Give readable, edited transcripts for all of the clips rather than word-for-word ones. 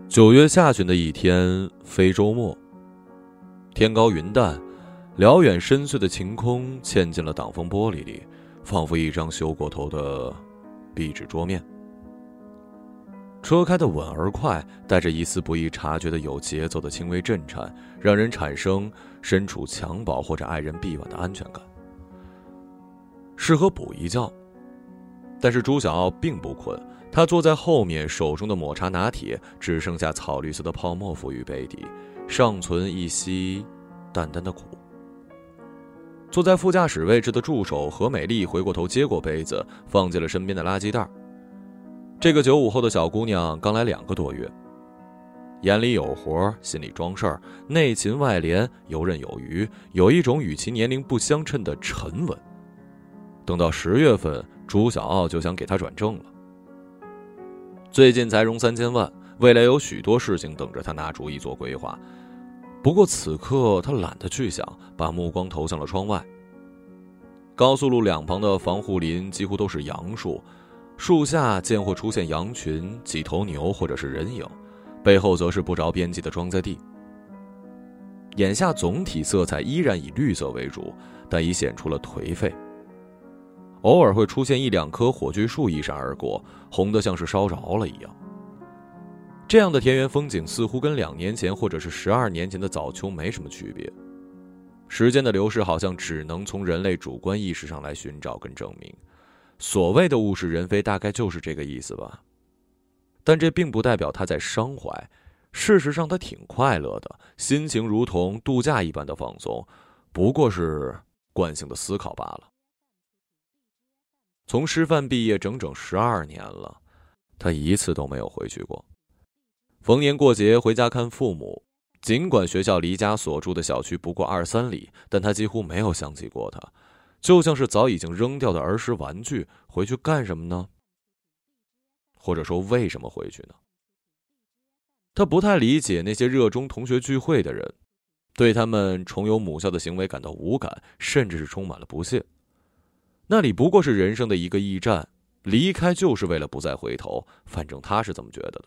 9月下旬的一天，非周末，天高云淡，辽远深邃的晴空嵌进了挡风玻璃里，仿佛一张修过头的壁纸桌面。车开得稳而快，带着一丝不易察觉的有节奏的轻微震颤，让人产生身处襁褓或者爱人臂弯的安全感，适合补一觉。但是朱小傲并不困，他坐在后面，手中的抹茶拿铁只剩下草绿色的泡沫浮于杯底，尚存一息淡淡的苦。坐在副驾驶位置的助手何美丽回过头接过杯子，放进了身边的垃圾袋。这个95后的小姑娘刚来2个多月，眼里有活，心里装事儿，内勤外廉，游刃有余，有一种与其年龄不相称的沉稳。等到10月份，朱小傲就想给她转正了。最近才融3000万，未来有许多事情等着他拿主意做规划。不过此刻他懒得去想，把目光投向了窗外。高速路两旁的防护林几乎都是杨树，树下见或出现羊群、几头牛或者是人影，背后则是不着边际的庄稼地。眼下总体色彩依然以绿色为主，但已显出了颓废。偶尔会出现1、2棵火炬树一闪而过，红得像是烧着了一样。这样的田园风景似乎跟2年前或者是12年前的早秋没什么区别。时间的流逝好像只能从人类主观意识上来寻找跟证明。所谓的物是人非大概就是这个意思吧。但这并不代表他在伤怀，事实上他挺快乐的，心情如同度假一般的放松，不过是惯性的思考罢了。从师范毕业整整12年了，他一次都没有回去过。逢年过节回家看父母，尽管学校离家所住的小区不过2、3里，但他几乎没有想起过他，就像是早已经扔掉的儿时玩具，回去干什么呢？或者说为什么回去呢？他不太理解那些热衷同学聚会的人，对他们重游母校的行为感到无感，甚至是充满了不屑。那里不过是人生的一个驿站，离开就是为了不再回头，反正他是这么觉得的。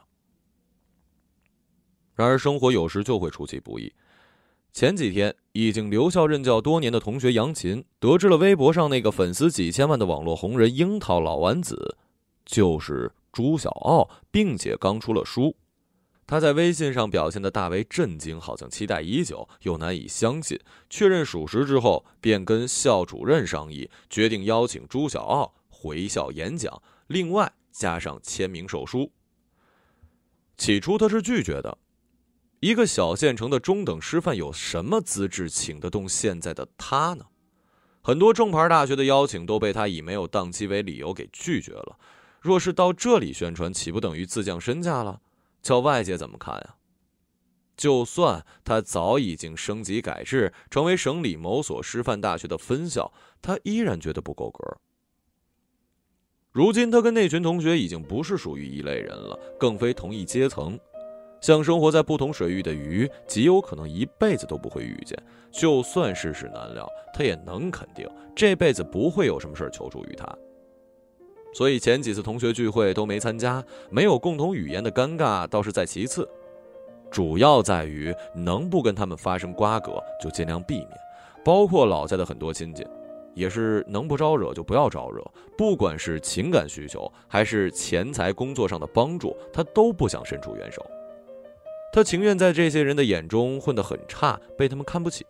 然而生活有时就会出其不意。前几天，已经留校任教多年的同学杨琴得知了微博上那个粉丝几千万的网络红人樱桃老丸子就是朱小傲，并且刚出了书。他在微信上表现得大为震惊，好像期待已久，又难以相信。确认属实之后，便跟校主任商议，决定邀请朱小傲回校演讲，另外加上签名售书。起初他是拒绝的，一个小县城的中等师范有什么资质请得动现在的他呢？很多正牌大学的邀请都被他以没有档期为理由给拒绝了。若是到这里宣传，岂不等于自降身价了？叫外界怎么看呀？就算他早已经升级改制，成为省里某所师范大学的分校，他依然觉得不够格。如今他跟那群同学已经不是属于一类人了，更非同一阶层。像生活在不同水域的鱼，极有可能一辈子都不会遇见。就算世事难料，他也能肯定这辈子不会有什么事求助于他。所以前几次同学聚会都没参加，没有共同语言的尴尬倒是在其次，主要在于能不跟他们发生瓜葛就尽量避免，包括老家的很多亲戚，也是能不招惹就不要招惹，不管是情感需求还是钱财工作上的帮助，他都不想伸出援手。他情愿在这些人的眼中混得很差，被他们看不起。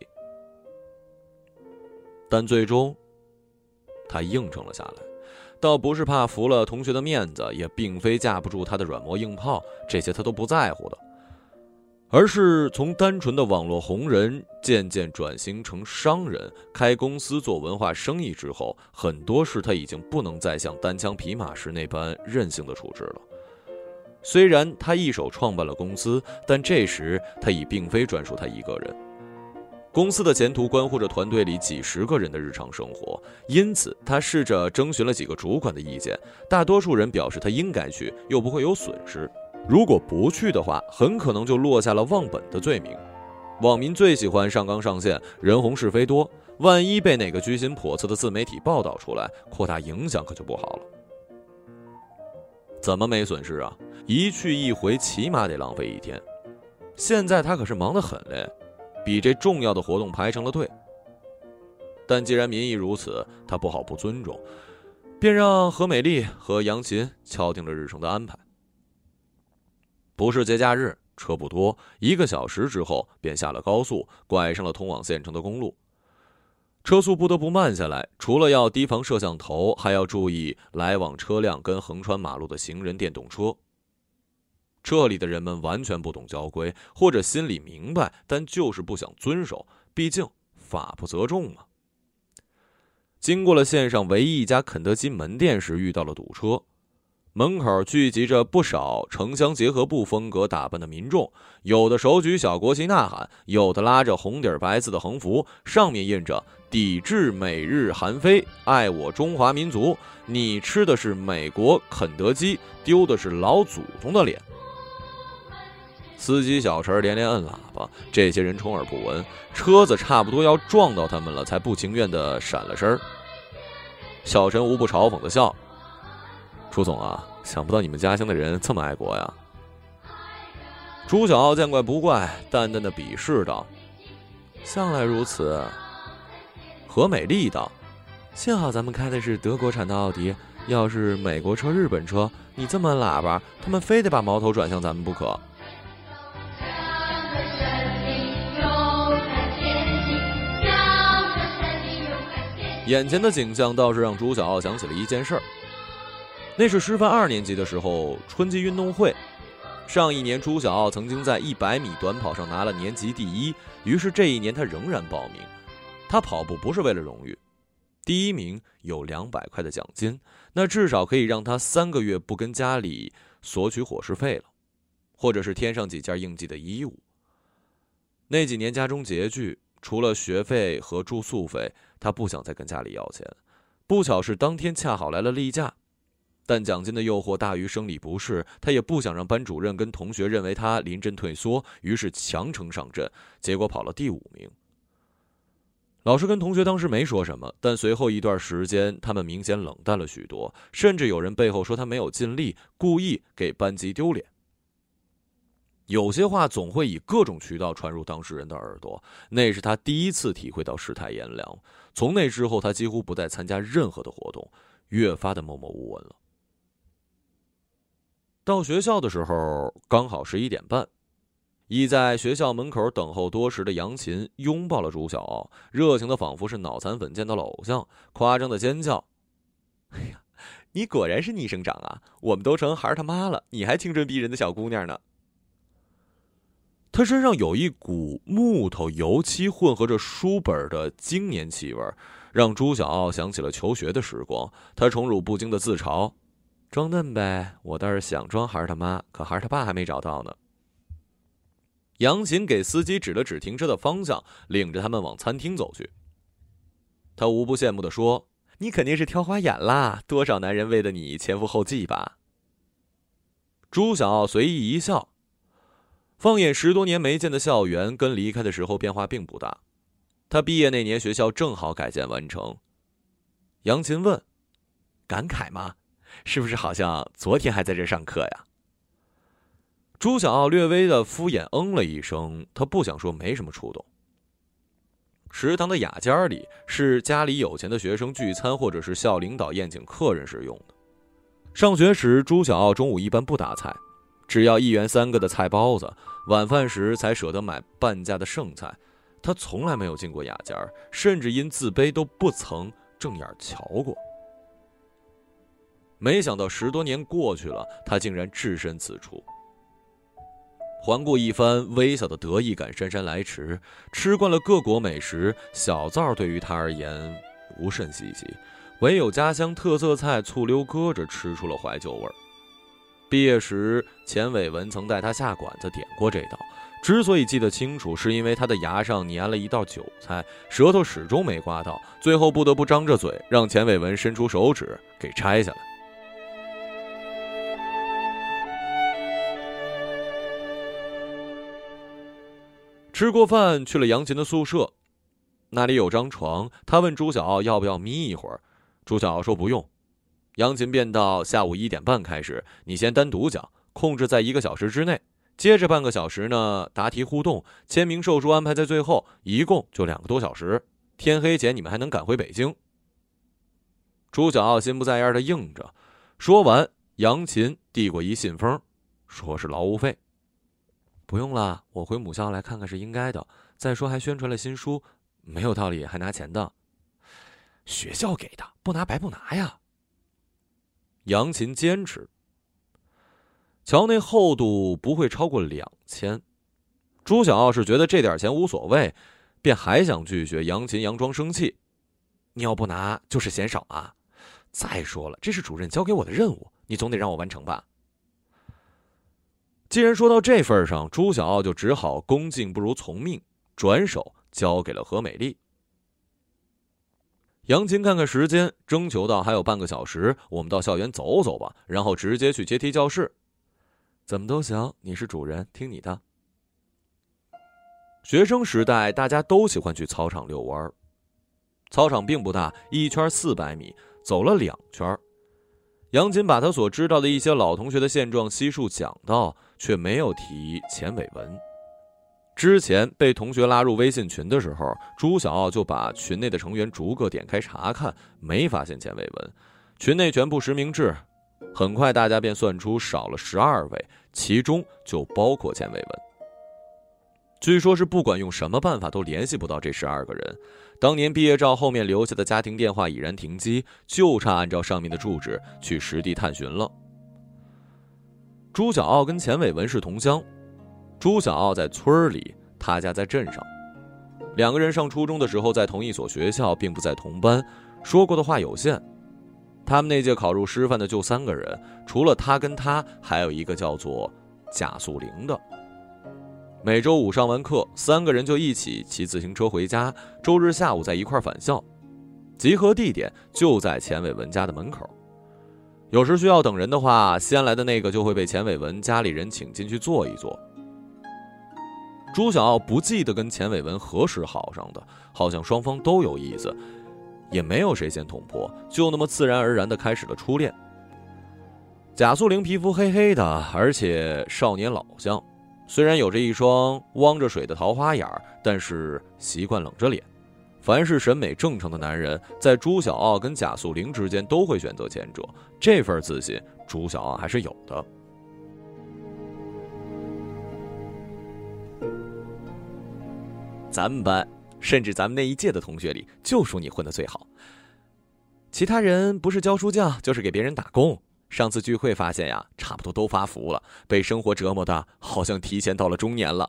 但最终他应承了下来，倒不是怕服了同学的面子，也并非架不住他的软磨硬泡，这些他都不在乎的，而是从单纯的网络红人渐渐转型成商人，开公司做文化生意之后，很多事他已经不能再像单枪匹马时那般任性的处置了。虽然他一手创办了公司，但这时他已并非专属他一个人。公司的前途关乎着团队里几十个人的日常生活，因此他试着征询了几个主管的意见，大多数人表示他应该去，又不会有损失。如果不去的话，很可能就落下了忘本的罪名。网民最喜欢上纲上线，人红是非多，万一被哪个居心叵测的自媒体报道出来，扩大影响可就不好了。怎么没损失啊？ 一去一回起码得浪费1天。现在他可是忙得很嘞，比这重要的活动排成了队。但既然民意如此，他不好不尊重，便让何美丽和杨琴敲定了日程的安排。不是节假日，车不多，1个小时之后便下了高速，拐上了通往县城的公路。车速不得不慢下来，除了要提防摄像头，还要注意来往车辆跟横穿马路的行人电动车。这里的人们完全不懂交规，或者心里明白，但就是不想遵守，毕竟法不责众嘛。经过了县上唯一一家肯德基门店时，遇到了堵车，门口聚集着不少城乡结合部风格打扮的民众，有的手举小国旗呐喊，有的拉着红底白字的横幅，上面印着抵制美日韩非，爱我中华民族，你吃的是美国肯德基，丢的是老祖宗的脸。司机小陈连连摁喇叭，这些人充耳不闻，车子差不多要撞到他们了，才不情愿地闪了身。小陈无不嘲讽地笑：“朱总啊，想不到你们家乡的人这么爱国呀。”朱小傲见怪不怪，淡淡地鄙视道：“向来如此。”何美丽道：“幸好咱们开的是德国产的奥迪，要是美国车、日本车，你这么摁喇叭，他们非得把矛头转向咱们不可。”眼前的景象倒是让朱小傲想起了一件事儿，那是师范2年级的时候春季运动会。上一年朱小傲曾经在100米短跑上拿了年级第1，于是这一年他仍然报名。他跑步不是为了荣誉，第1名有200块的奖金，那至少可以让他3个月不跟家里索取伙食费了，或者是添上几件应季的衣物。那几年家中拮据，除了学费和住宿费，他不想再跟家里要钱。不巧是当天恰好来了例假，但奖金的诱惑大于生理不适，他也不想让班主任跟同学认为他临阵退缩，于是强撑上阵，结果跑了第5名。老师跟同学当时没说什么，但随后一段时间他们明显冷淡了许多，甚至有人背后说他没有尽力，故意给班级丢脸。有些话总会以各种渠道传入当事人的耳朵，那是他第1次体会到世态炎凉。从那之后，他几乎不再参加任何的活动，越发的默默无闻了。到学校的时候刚好11点半，倚在学校门口等候多时的杨琴拥抱了朱小傲，热情的仿佛是脑残粉见到了偶像，夸张的尖叫：“哎呀，你果然是逆生长啊！我们都成孩儿他妈了，你还青春逼人的小姑娘呢！”他身上有一股木头油漆混合着书本的经年气味，让朱小傲想起了求学的时光。他宠辱不惊的自嘲：“装嫩呗，我倒是想装孩儿他妈，可孩儿他爸还没找到呢。”杨琴给司机指了指停车的方向，领着他们往餐厅走去。他无不羡慕地说：“你肯定是挑花眼啦，多少男人为了你前赴后继吧。”朱小傲随意一笑。放眼10多年没见的校园，跟离开的时候变化并不大。他毕业那年学校正好改建完成。杨琴问：“感慨吗？是不是好像昨天还在这上课呀？”朱小傲略微的敷衍了一声，他不想说，没什么触动。食堂的雅间里是家里有钱的学生聚餐，或者是校领导宴请客人时用的。上学时，朱小傲中午一般不打菜，只要1元3个的菜包子，晚饭时才舍得买半价的剩菜。他从来没有进过雅间，甚至因自卑都不曾正眼瞧过。没想到10多年过去了，他竟然置身此处。环顾一番，微小的得意感姗姗来迟。吃惯了各国美食，小灶对于他而言无甚稀奇，唯有家乡特色菜醋溜搁着吃出了怀旧味儿。毕业时，钱伟文曾带他下馆子点过这道，之所以记得清楚，是因为他的牙上粘了一道韭菜，舌头始终没刮到，最后不得不张着嘴，让钱伟文伸出手指给拆下来。吃过饭，去了杨琴的宿舍，那里有张床，他问朱小傲要不要眯一会儿，朱小傲说不用。杨琴便道下午1点半开始，你先单独讲， 控制在1个小时之内，接着半个小时呢答题互动，签名售书安排在最后，一共就2个多小时。天黑前你们还能赶回北京。朱小傲心不在焉的应着，说完，杨琴递过一信封，说是劳务费。不用了，我回母校来看看是应该的。再说还宣传了新书，没有道理还拿钱的。学校给的，不拿白不拿呀。杨琴坚持。桥内厚度不会超过2000。朱小傲是觉得这点钱无所谓，便还想拒绝。杨琴佯装生气：“你要不拿就是嫌少啊！再说了，这是主任交给我的任务，你总得让我完成吧。”既然说到这份上，朱小傲就只好恭敬不如从命，转手交给了何美丽。杨琴看看时间，征求到还有半个小时，我们到校园走走吧，然后直接去阶梯教室。怎么都行，你是主人，听你的。学生时代大家都喜欢去操场遛弯。操场并不大，一圈400米，走了2圈。杨琴把他所知道的一些老同学的现状悉数讲到，却没有提钱伟文。之前被同学拉入微信群的时候，朱小傲就把群内的成员逐个点开查看，没发现钱伟文。群内全部实名制，很快大家便算出少了12位，其中就包括钱伟文。据说是不管用什么办法都联系不到这12个人。当年毕业照后面留下的家庭电话已然停机，就差按照上面的住址去实地探寻了。朱小傲跟钱伟文是同乡，朱小傲在村里，他家在镇上。2个人上初中的时候在同一所学校，并不在同班，说过的话有限。他们那届考入师范的就3个人，除了他跟他，还有一个叫做贾素玲的。每周5上完课，3个人就一起骑自行车回家，周日下午在一块返校，集合地点就在钱伟文家的门口。有时需要等人的话，先来的那个就会被钱伟文家里人请进去坐一坐。朱小傲不记得跟钱伟文何时好上的，好像双方都有意思，也没有谁先捅破，就那么自然而然地开始了初恋。贾素玲皮肤黑黑的，而且少年老相，虽然有着一双汪着水的桃花眼，但是习惯冷着脸。凡是审美正常的男人，在朱小傲跟贾素玲之间都会选择前者，这份自信朱小傲还是有的。咱们班，甚至咱们那一届的同学里，就属你混得最好。其他人不是教书匠，就是给别人打工。上次聚会发现呀，差不多都发福了，被生活折磨的好像提前到了中年了。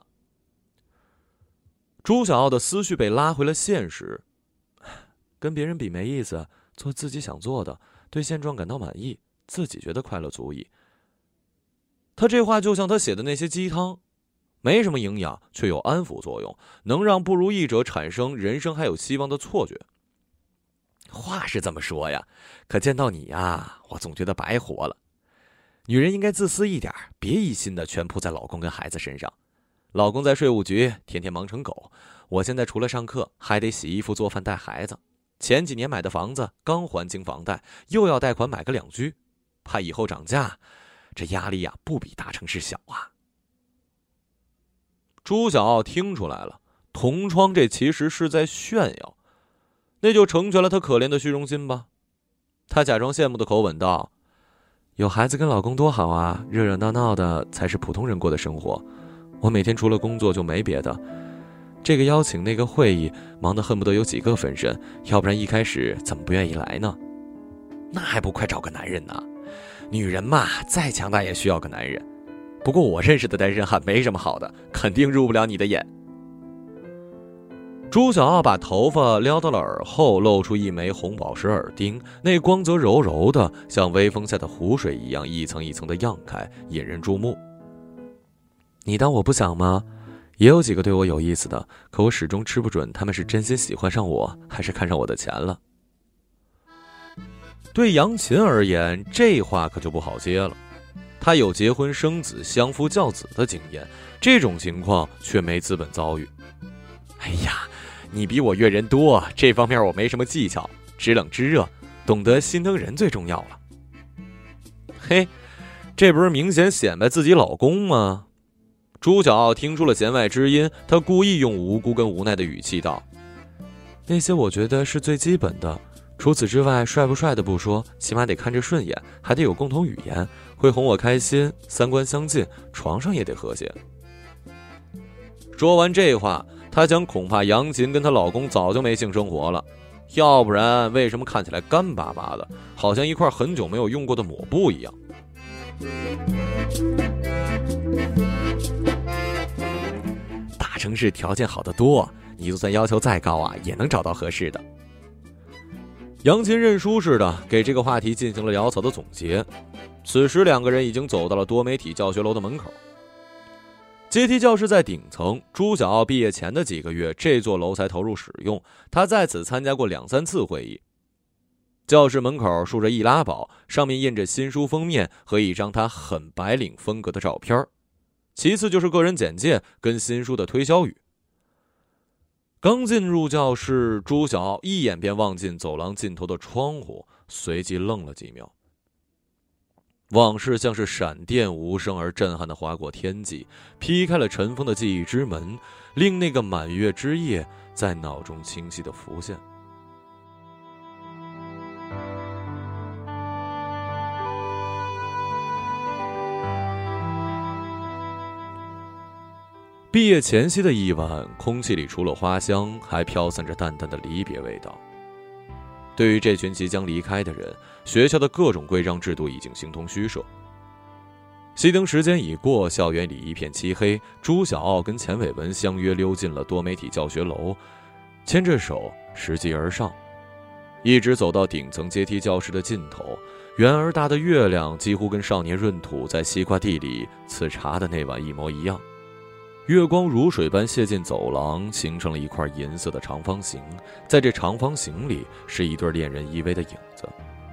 朱小傲的思绪被拉回了现实，跟别人比没意思，做自己想做的，对现状感到满意，自己觉得快乐足矣。他这话就像他写的那些鸡汤，没什么营养，却有安抚作用，能让不如意者产生人生还有希望的错觉。话是这么说呀，可见到你呀，我总觉得白活了。女人应该自私一点，别一心的全扑在老公跟孩子身上。老公在税务局天天忙成狗，我现在除了上课还得洗衣服做饭带孩子，前几年买的房子刚还清房贷，又要贷款买个2居，怕以后涨价，这压力呀不比大城市小啊。朱小傲听出来了，同窗这其实是在炫耀，那就成全了他可怜的虚荣心吧。他假装羡慕的口吻道：有孩子跟老公多好啊，热热闹闹的才是普通人过的生活。我每天除了工作就没别的，这个邀请那个会议，忙得恨不得有几个分身，要不然一开始怎么不愿意来呢？那还不快找个男人呢？女人嘛，再强大也需要个男人。不过我认识的单身汉没什么好的，肯定入不了你的眼。朱小傲把头发撩到了耳后，露出一枚红宝石耳钉，那光泽柔柔的，像微风下的湖水一样，一层一层的漾开，引人注目。你当我不想吗？也有几个对我有意思的，可我始终吃不准他们是真心喜欢上我，还是看上我的钱了。对杨琴而言，这话可就不好接了。他有结婚生子、相夫教子的经验，这种情况却没资本遭遇。哎呀，你比我阅人多，这方面我没什么技巧，知冷知热，懂得心疼人最重要了。嘿， 这不是明显显摆自己老公吗？朱小傲听出了弦外之音，他故意用无辜跟无奈的语气道：那些我觉得是最基本的，除此之外，帅不帅的不说，起码得看着顺眼，还得有共同语言，会哄我开心，三观相近，床上也得和谐。说完这话，她想恐怕杨琴跟她老公早就没性生活了，要不然为什么看起来干巴巴的，好像一块很久没有用过的抹布一样。大城市条件好得多，你就算要求再高啊，也能找到合适的。杨琴认输似的给这个话题进行了潦草的总结。此时两个人已经走到了多媒体教学楼的门口。阶梯教室在顶层，朱小傲毕业前的几个月，这座楼才投入使用，他在此参加过2、3次会议。教室门口竖着易拉宝，上面印着新书封面和一张他很白领风格的照片，其次就是个人简介跟新书的推销语。刚进入教室，朱小傲一眼便望进走廊尽头的窗户，随即愣了几秒。往事像是闪电无声而震撼地划过天际，劈开了尘封的记忆之门，令那个满月之夜在脑中清晰地浮现。毕业前夕的一晚，空气里除了花香，还飘散着淡淡的离别味道。对于这群即将离开的人，学校的各种规章制度已经形同虚设。熄灯时间已过，校园里一片漆黑。朱小傲跟钱伟文相约溜进了多媒体教学楼，牵着手拾级而上，一直走到顶层阶梯教室的尽头。圆而大的月亮几乎跟少年闰土在西瓜地里刺茶的那晚一模一样。月光如水般泻进走廊，形成了一块银色的长方形，在这长方形里是一对恋人依偎的影子。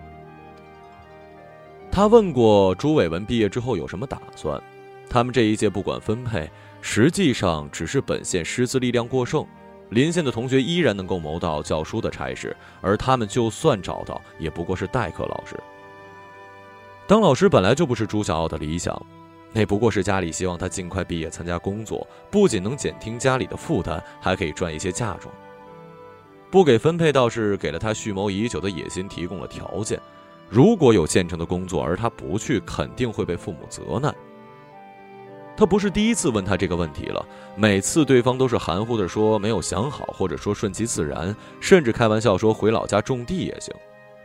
他问过朱伟文毕业之后有什么打算，他们这一届不管分配，实际上只是本县师资力量过剩，邻县的同学依然能够谋到教书的差事，而他们就算找到，也不过是代课老师。当老师本来就不是朱小傲的理想，那不过是家里希望他尽快毕业参加工作，不仅能减轻家里的负担，还可以赚一些嫁妆。不给分配倒是给了他蓄谋已久的野心提供了条件，如果有现成的工作而他不去，肯定会被父母责难。他不是第一次问他这个问题了，每次对方都是含糊地说没有想好，或者说顺其自然，甚至开玩笑说回老家种地也行。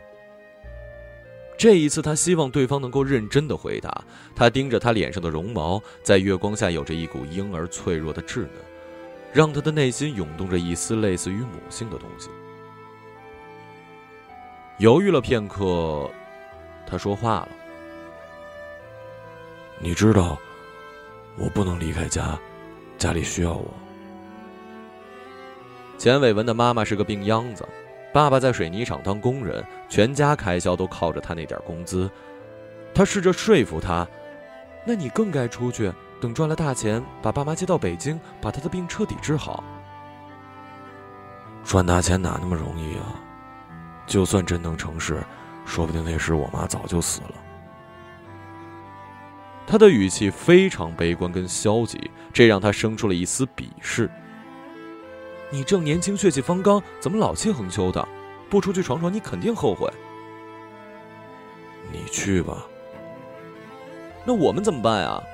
这一次他希望对方能够认真地回答，他盯着他脸上的绒毛，在月光下有着一股婴儿脆弱的稚嫩，让他的内心涌动着一丝类似于母性的东西。犹豫了片刻，他说话了：你知道我不能离开家，家里需要我。钱伟文的妈妈是个病秧子，爸爸在水泥厂当工人，全家开销都靠着他那点工资。他试着说服他，那你更该出去，等赚了大钱，把爸妈接到北京，把他的病彻底治好。赚大钱哪那么容易啊？就算真能成事，说不定那时我妈早就死了。他的语气非常悲观跟消极，这让他生出了一丝鄙视。你正年轻血气方刚，怎么老气横秋的？不出去闯闯，你肯定后悔。你去吧。那我们怎么办啊？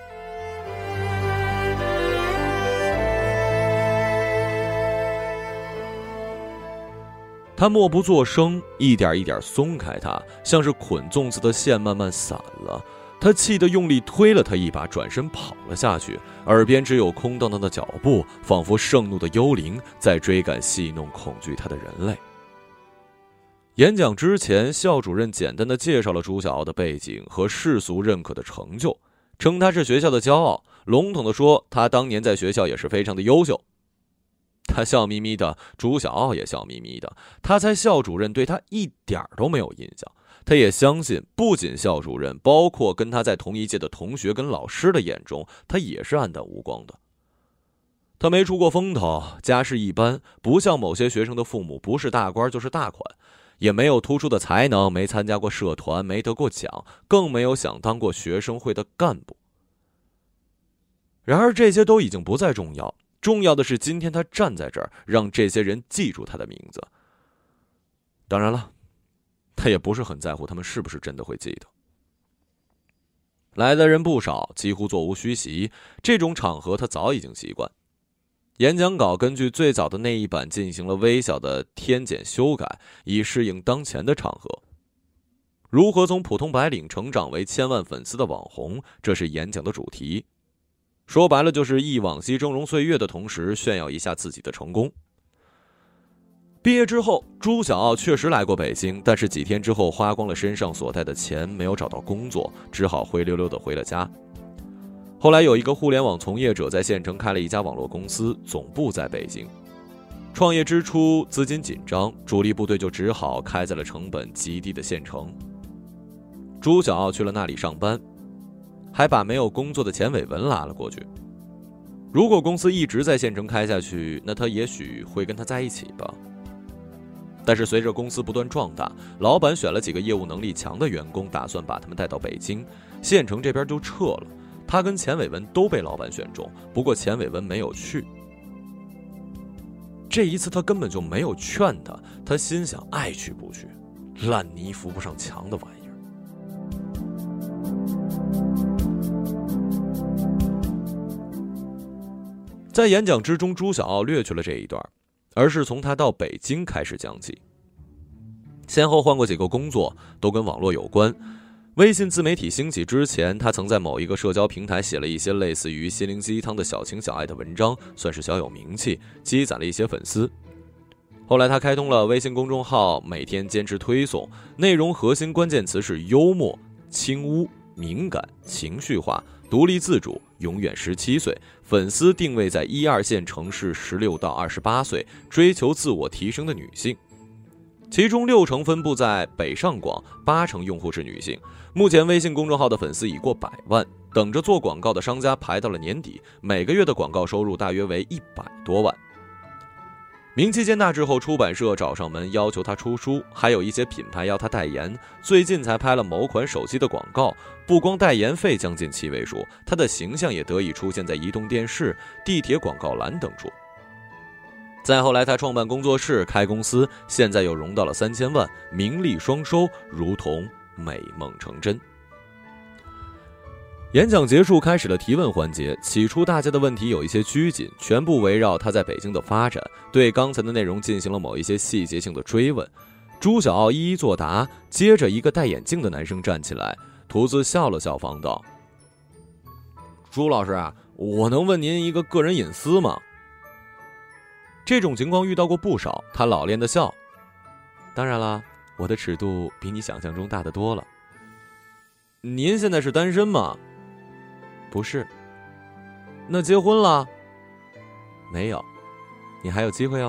他默不作声，一点一点松开他，像是捆粽子的线慢慢散了。他气得用力推了他一把，转身跑了下去，耳边只有空荡荡的脚步，仿佛盛怒的幽灵在追赶戏弄恐惧他的人类。演讲之前，校主任简单地介绍了朱小傲的背景和世俗认可的成就，称他是学校的骄傲，笼统地说他当年在学校也是非常的优秀。他笑眯眯的，朱小傲也笑眯眯的，他猜校主任对他一点都没有印象。他也相信，不仅校主任，包括跟他在同一届的同学跟老师的眼中，他也是黯淡无光的。他没出过风头，家世一般，不像某些学生的父母不是大官就是大款， 也没有突出的才能，没参加过社团，没得过奖，更没有想当过学生会的干部。然而这些都已经不再重要，重要的是今天他站在这儿，让这些人记住他的名字。当然了，他也不是很在乎他们是不是真的会记得。来的人不少，几乎座无虚席，这种场合他早已经习惯。演讲稿根据最早的那一版进行了微小的添减修改，以适应当前的场合。如何从普通白领成长为千万粉丝的网红，这是演讲的主题。说白了就是忆往昔峥嵘岁月的同时，炫耀一下自己的成功。毕业之后，朱小奥确实来过北京，但是几天之后花光了身上所带的钱，没有找到工作，只好灰溜溜地回了家。后来有一个互联网从业者在县城开了一家网络公司，总部在北京。创业之初资金紧张，主力部队就只好开在了成本极低的县城。朱小奥去了那里上班，还把没有工作的钱伟文拉了过去。如果公司一直在县城开下去，那他也许会跟他在一起吧。但是随着公司不断壮大，老板选了几个业务能力强的员工，打算把他们带到北京，县城这边就撤了。他跟钱伟文都被老板选中，不过钱伟文没有去。这一次他根本就没有劝他，他心想爱去不去，烂泥扶不上墙的玩意儿。在演讲之中，朱小奥略去了这一段，而是从他到北京开始讲起。先后换过几个工作，都跟网络有关。微信自媒体兴起之前，他曾在某一个社交平台写了一些类似于心灵鸡汤的小情小爱的文章，算是小有名气，积攒了一些粉丝。后来他开通了微信公众号，每天坚持推送，内容核心关键词是幽默、轻污、敏感、情绪化、独立自主、永远17岁，粉丝定位在1、2线城市16到28岁，追求自我提升的女性。其中60%分布在北上广，80%用户是女性。目前微信公众号的粉丝已过100万，等着做广告的商家排到了年底，每个月的广告收入大约为100多万。名气渐大之后，出版社找上门要求他出书，还有一些品牌要他代言。最近才拍了某款手机的广告，不光代言费将近7位数，他的形象也得以出现在移动电视、地铁广告栏等处。再后来他创办工作室，开公司，现在又融到了3000万，名利双收，如同美梦成真。演讲结束，开始了提问环节。起初大家的问题有一些拘谨，全部围绕他在北京的发展，对刚才的内容进行了某一些细节性的追问。朱小奥一一作答，接着一个戴眼镜的男生站起来，徒自笑了笑，方道：朱老师啊，我能问您一个个人隐私吗？这种情况遇到过不少，他老练的笑。当然了，我的尺度比你想象中大得多了。您现在是单身吗？不是。那结婚了？没有。你还有机会哦。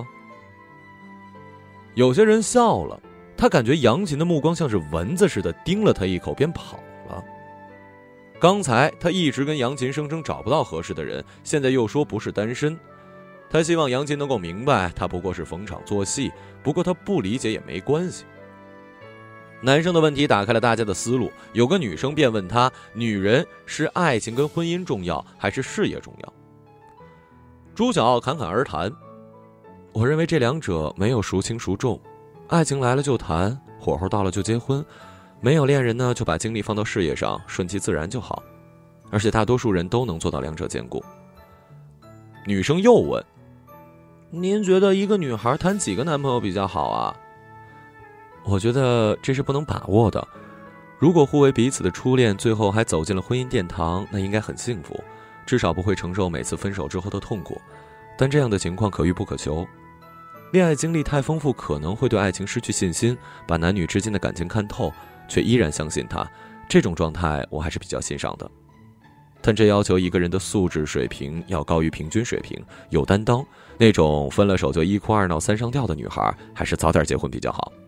有些人笑了，他感觉杨琴的目光像是蚊子似的叮了他一口，便跑了。刚才他一直跟杨琴声称找不到合适的人，现在又说不是单身。他希望杨琴能够明白，他不过是逢场作戏，不过他不理解也没关系。男生的问题打开了大家的思路，有个女生便问他，女人是爱情跟婚姻重要，还是事业重要？朱小奥侃侃而谈，我认为这两者没有孰轻孰重，爱情来了就谈，火候到了就结婚，没有恋人呢，就把精力放到事业上，顺其自然就好，而且大多数人都能做到两者兼顾。女生又问，您觉得一个女孩谈几个男朋友比较好啊？我觉得这是不能把握的。如果互为彼此的初恋，最后还走进了婚姻殿堂，那应该很幸福，至少不会承受每次分手之后的痛苦。但这样的情况可遇不可求。恋爱经历太丰富，可能会对爱情失去信心，把男女之间的感情看透，却依然相信他。这种状态我还是比较欣赏的。但这要求一个人的素质水平要高于平均水平，有担当。那种分了手就1哭2闹3上吊的女孩，还是早点结婚比较好。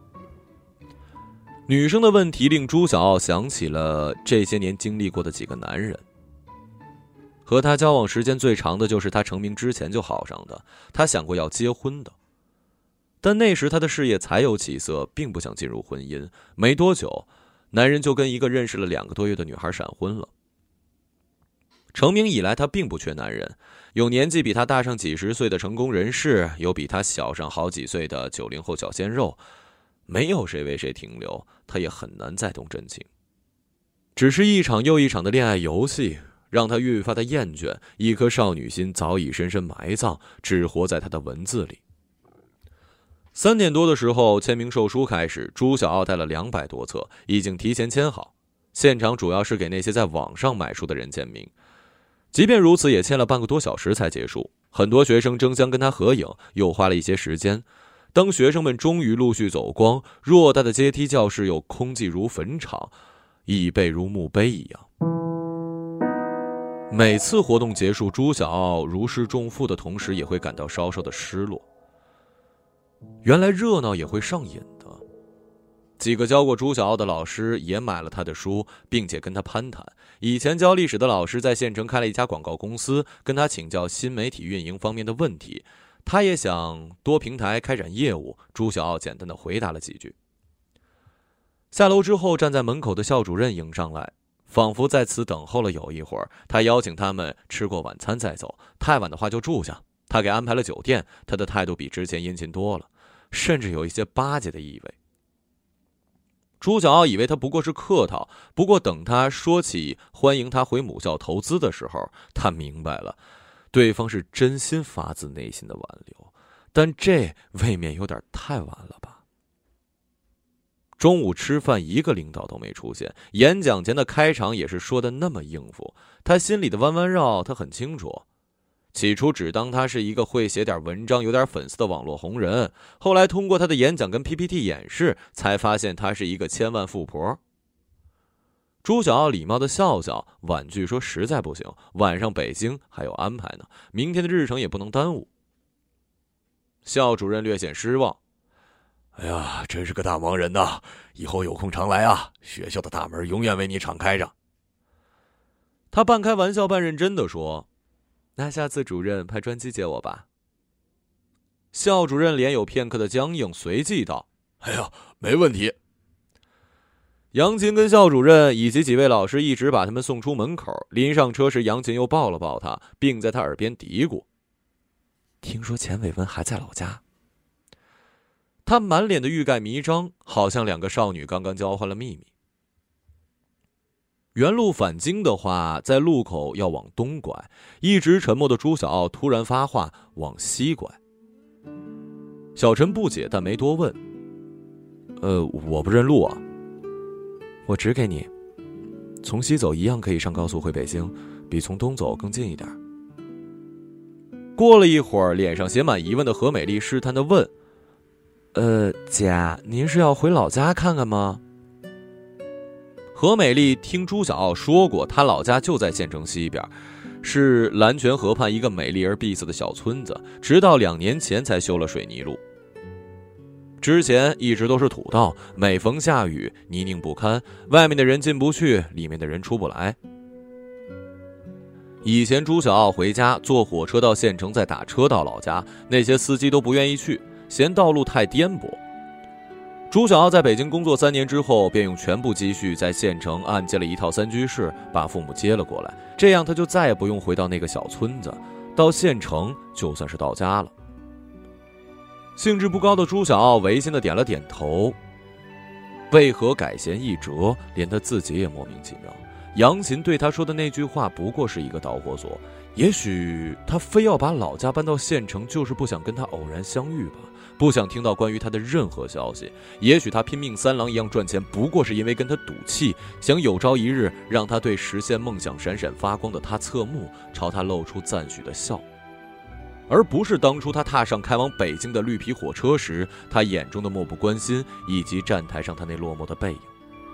女生的问题令朱小奥想起了这些年经历过的几个男人。和他交往时间最长的就是他成名之前就好上的，他想过要结婚的。 但那时他的事业才有起色，并不想进入婚姻。没多久，男人就跟一个认识了2个多月的女孩闪婚了。成名以来，他并不缺男人，有年纪比他大上几十岁的成功人士，有比他小上好几岁的90后小鲜肉，没有谁为谁停留，他也很难再动真情。只是一场又一场的恋爱游戏，让他愈发的厌倦，一颗少女心早已深深埋葬，只活在他的文字里。3点多的时候，签名售书开始，朱小傲带了200多册，已经提前签好。现场主要是给那些在网上买书的人签名，即便如此，也签了半个多小时才结束。很多学生争相跟他合影，又花了一些时间。当学生们终于陆续走光，偌大的阶梯教室又空寂如坟场，椅背如墓碑一样。每次活动结束，朱小傲如释重负的同时，也会感到稍稍的失落。原来热闹也会上瘾的。几个教过朱小傲的老师也买了他的书，并且跟他攀谈。以前教历史的老师在县城开了一家广告公司，跟他请教新媒体运营方面的问题。他也想多平台开展业务，朱小傲简单的回答了几句。下楼之后，站在门口的校主任迎上来，仿佛在此等候了有一会儿。他邀请他们吃过晚餐再走，太晚的话就住下。他给安排了酒店，他的态度比之前殷勤多了，甚至有一些巴结的意味。朱小傲以为他不过是客套，不过等他说起欢迎他回母校投资的时候，他明白了，对方是真心发自内心的挽留，但这未免有点太晚了吧。中午吃饭，一个领导都没出现，演讲前的开场也是说的那么应付，他心里的弯弯绕他很清楚。起初只当他是一个会写点文章、有点粉丝的网络红人，后来通过他的演讲跟 PPT 演示，才发现他是一个千万富婆。朱小傲礼貌的笑笑，婉拒说实在不行，晚上北京还有安排呢，明天的日程也不能耽误。校主任略显失望， 哎呀，真是个大忙人呐，以后有空常来啊，学校的大门永远为你敞开着。 他半开玩笑半认真的说，那下次主任派专机接我吧。校主任脸有片刻的僵硬，随即道， 哎呀，没问题。 杨琴跟校主任以及几位老师一直把他们送出门口，临上车时杨琴又抱了抱他，并在他耳边嘀咕，听说钱伟文还在老家。他满脸的欲盖弥彰，好像2个少女刚刚交换了秘密。原路返京的话，在路口要往东拐，一直沉默的朱小傲突然发话，往西拐。小陈不解，但没多问。我不认路啊。我指给你，从西走一样可以上高速回北京，比从东走更近一点。过了一会儿，脸上写满疑问的何美丽试探地问，姐，您是要回老家看看吗？何美丽听朱小傲说过，她老家就在县城西边，是蓝泉河畔一个美丽而闭塞的小村子，直到2年前才修了水泥路。之前一直都是土道，每逢下雨泥泞不堪，外面的人进不去，里面的人出不来。以前朱小傲回家坐火车到县城再打车到老家，那些司机都不愿意去，嫌道路太颠簸。朱小傲在北京工作3年之后，便用全部积蓄在县城按揭了一套3居室，把父母接了过来，这样他就再也不用回到那个小村子，到县城就算是到家了。兴致不高的朱小傲违心的点了点头，为何改弦易辙，连他自己也莫名其妙。杨琴对他说的那句话不过是一个导火索，也许他非要把老家搬到县城，就是不想跟他偶然相遇吧，不想听到关于他的任何消息。也许他拼命3郎一样赚钱，不过是因为跟他赌气，想有朝一日让他对实现梦想闪闪发光的他侧目，朝他露出赞许的笑，而不是当初他踏上开往北京的绿皮火车时，他眼中的漠不关心，以及站台上他那落寞的背影。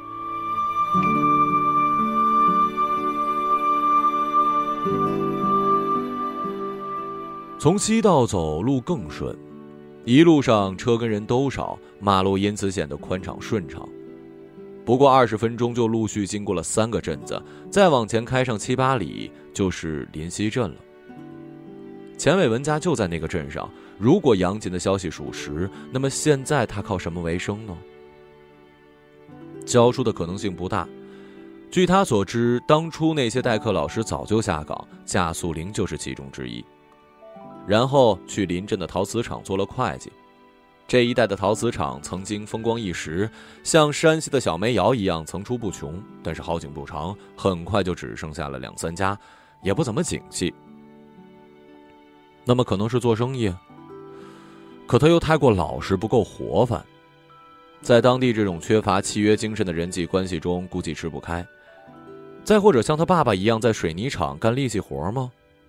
从西道走路更顺，一路上车跟人都少，马路因此显得宽敞顺畅。不过20分钟就陆续经过了3个镇子，再往前开上7、8里就是临西镇了。 钱伟文家就在那个镇上，如果杨锦的消息属实，那么现在他靠什么为生呢？教书的可能性不大。据他所知，当初那些代课老师早就下岗，贾素玲就是其中之一。然后去临镇的陶瓷厂做了会计。这一带的陶瓷厂曾经风光一时，像山西的小煤窑一样层出不穷，但是好景不长，很快就只剩下了2-3家，也不怎么景气。那么可能是做生意，可他又太过老实，不够活泛，在当地这种缺乏契约精神的人际关系中，估计吃不开。再或者像他爸爸一样在水泥厂干力气活吗？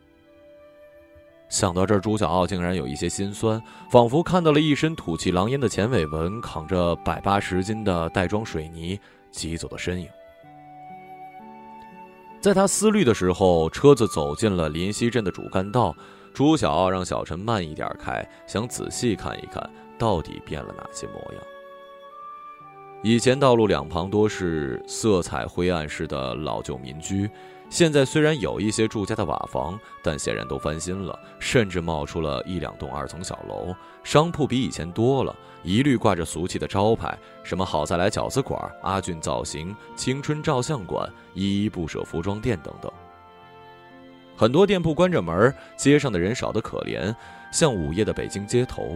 想到这儿，朱小傲竟然有一些心酸，仿佛看到了一身土气狼烟的钱伟文扛着180斤的袋装水泥疾走的身影。在他思虑的时候，车子走进了临溪镇的主干道，朱小傲让小陈慢一点开，想仔细看一看到底变了哪些模样。以前道路两旁多是色彩灰暗式的老旧民居，现在虽然有一些住家的瓦房，但显然都翻新了，甚至冒出了1-2栋2层小楼，商铺比以前多了，一律挂着俗气的招牌，什么好再来饺子馆、阿俊造型、青春照相馆、依依不舍服装店等等。很多店铺关着门，街上的人少得可怜，像午夜的北京街头。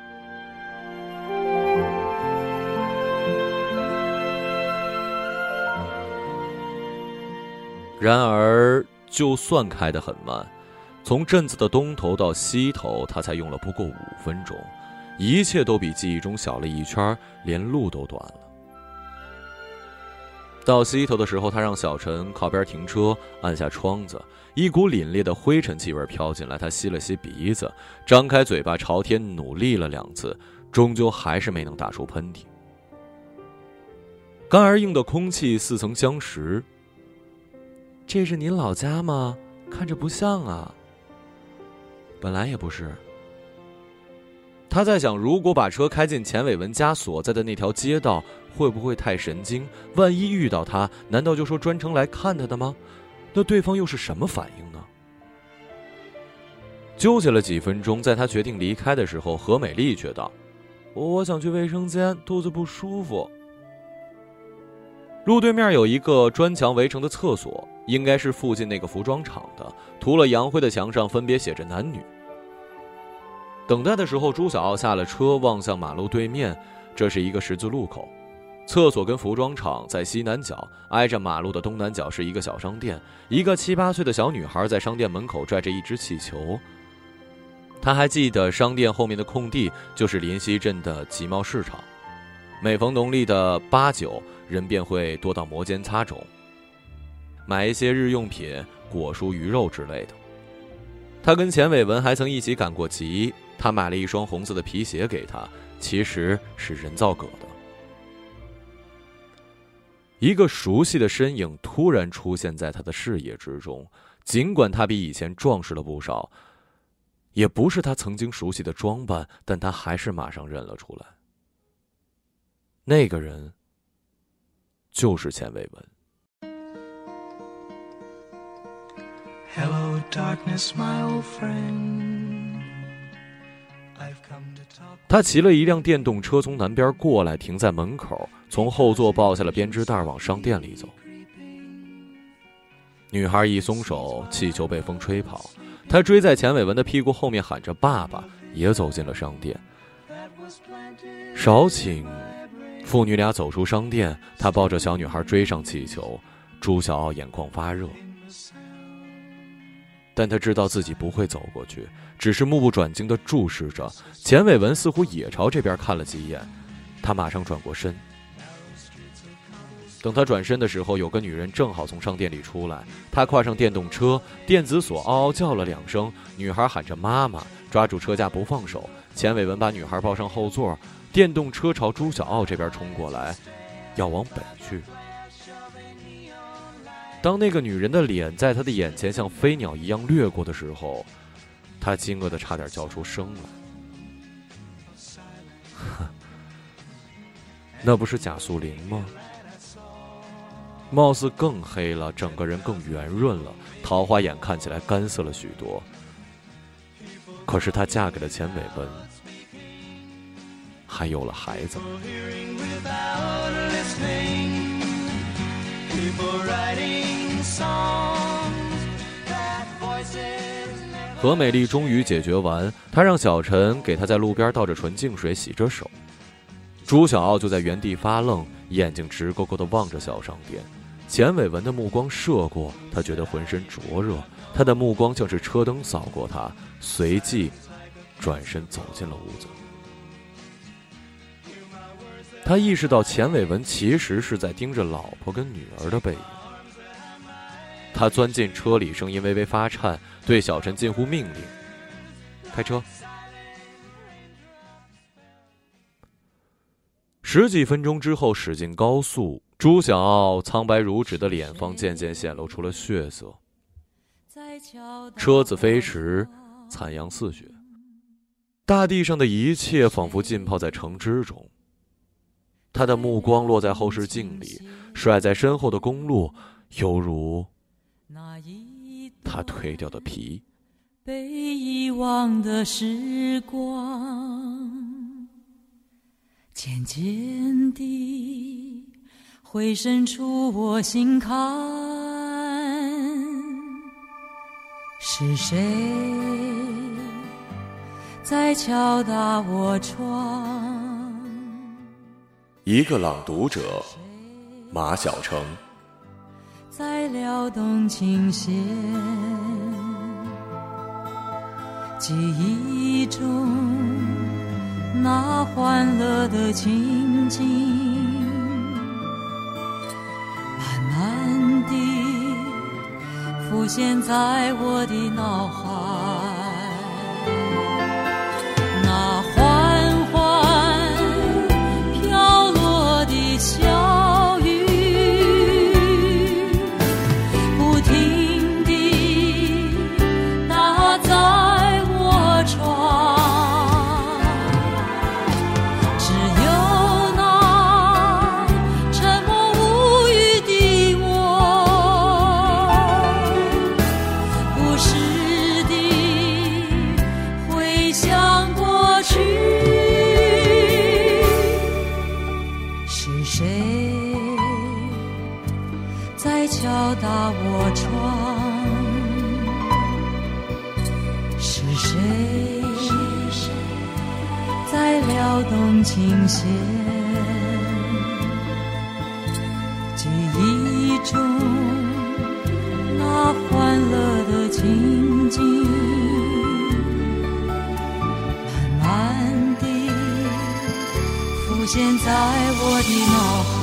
然而就算开得很慢，从镇子的东头到西头，他才用了不过5分钟，一切都比记忆中小了一圈，连路都短了。到西头的时候，他让小陈靠边停车，按下窗子，一股凛冽的灰尘气味飘进来，他吸了吸鼻子，张开嘴巴朝天努力了2次，终究还是没能打出喷嚏。干而硬的空气似曾相识。这是您老家吗？看着不像啊。本来也不是。他在想，如果把车开进钱伟文家所在的那条街道，会不会太神经？万一遇到他，难道就说专程来看他的吗？那对方又是什么反应呢？纠结了几分钟，在他决定离开的时候，何美丽却道：“我想去卫生间，肚子不舒服。”路对面有一个砖墙围成的厕所，应该是附近那个服装厂的，涂了洋灰的墙上分别写着男女。等待的时候，朱小傲下了车，望向马路对面，这是一个十字路口，厕所跟服装厂在西南角，挨着马路的东南角是一个小商店，一个7、8岁的小女孩在商店门口拽着一只气球。他还记得商店后面的空地就是临溪镇的集贸市场，每逢农历的8、9，人便会多到摩肩擦踵，买一些日用品、果蔬、鱼肉之类的。他跟钱伟文还曾一起赶过集，他买了一双红色的皮鞋给他，其实是人造革的。一个熟悉的身影突然出现在他的视野之中，尽管他比以前壮实了不少，也不是他曾经熟悉的装扮，但他还是马上认了出来。那个人就是钱伟文。 Hello, darkness, my old friend. I've come to talk. 他骑了一辆电动车从南边过来，停在门口，从后座抱下了编织袋往商店里走。女孩一松手，气球被风吹跑，他追在钱伟文的屁股后面喊着爸爸，也走进了商店。少顷，父女俩走出商店，他抱着小女孩追上气球，朱小傲眼眶发热。但他知道自己不会走过去，只是目不转睛地注视着。钱伟文似乎也朝这边看了几眼，他马上转过身。等他转身的时候，有个女人正好从商店里出来，他跨上电动车，电子锁嗷嗷叫了2声，女孩喊着妈妈，抓住车架不放手。钱伟文把女孩抱上后座，电动车朝朱小傲这边冲过来，要往北去。当那个女人的脸在他的眼前像飞鸟一样掠过的时候，他惊愕的差点叫出声来。那不是贾素玲吗？貌似更黑了，整个人更圆润了，桃花眼看起来干涩了许多。 可是她嫁给了钱伟文，还有了孩子。何美丽终于解决完，她让小陈给她在路边倒着纯净水洗着手。朱小傲就在原地发愣，眼睛直勾勾地望着小商店。钱伟文的目光射过，他觉得浑身灼热，他的目光像是车灯扫过他，随即转身走进了屋子。他意识到钱伟文其实是在盯着老婆跟女儿的背影。他钻进车里，声音微微发颤，对小陈近乎命令：开车。10几分钟之后驶进高速，朱小傲苍白如纸的脸庞渐渐显露出了血色。车子飞驰，残阳似血，大地上的一切仿佛浸泡在橙汁中。他的目光落在后视镜里，甩在身后的公路，犹如他褪掉的皮。 被遗忘的时光，渐渐地会渗出我心坎。是谁在敲打我窗？ 一个朗读者，马晓成。 在撩动琴弦，记忆中那欢乐的情景，慢慢地浮现在我的脑海。那缓缓飘落的小雨，不停地打在我窗，只有那沉默无语的我，不时地回想过去。是谁在敲打我窗？是谁在撩动琴弦？记忆中那欢乐的情景，慢慢地浮现在我的脑海。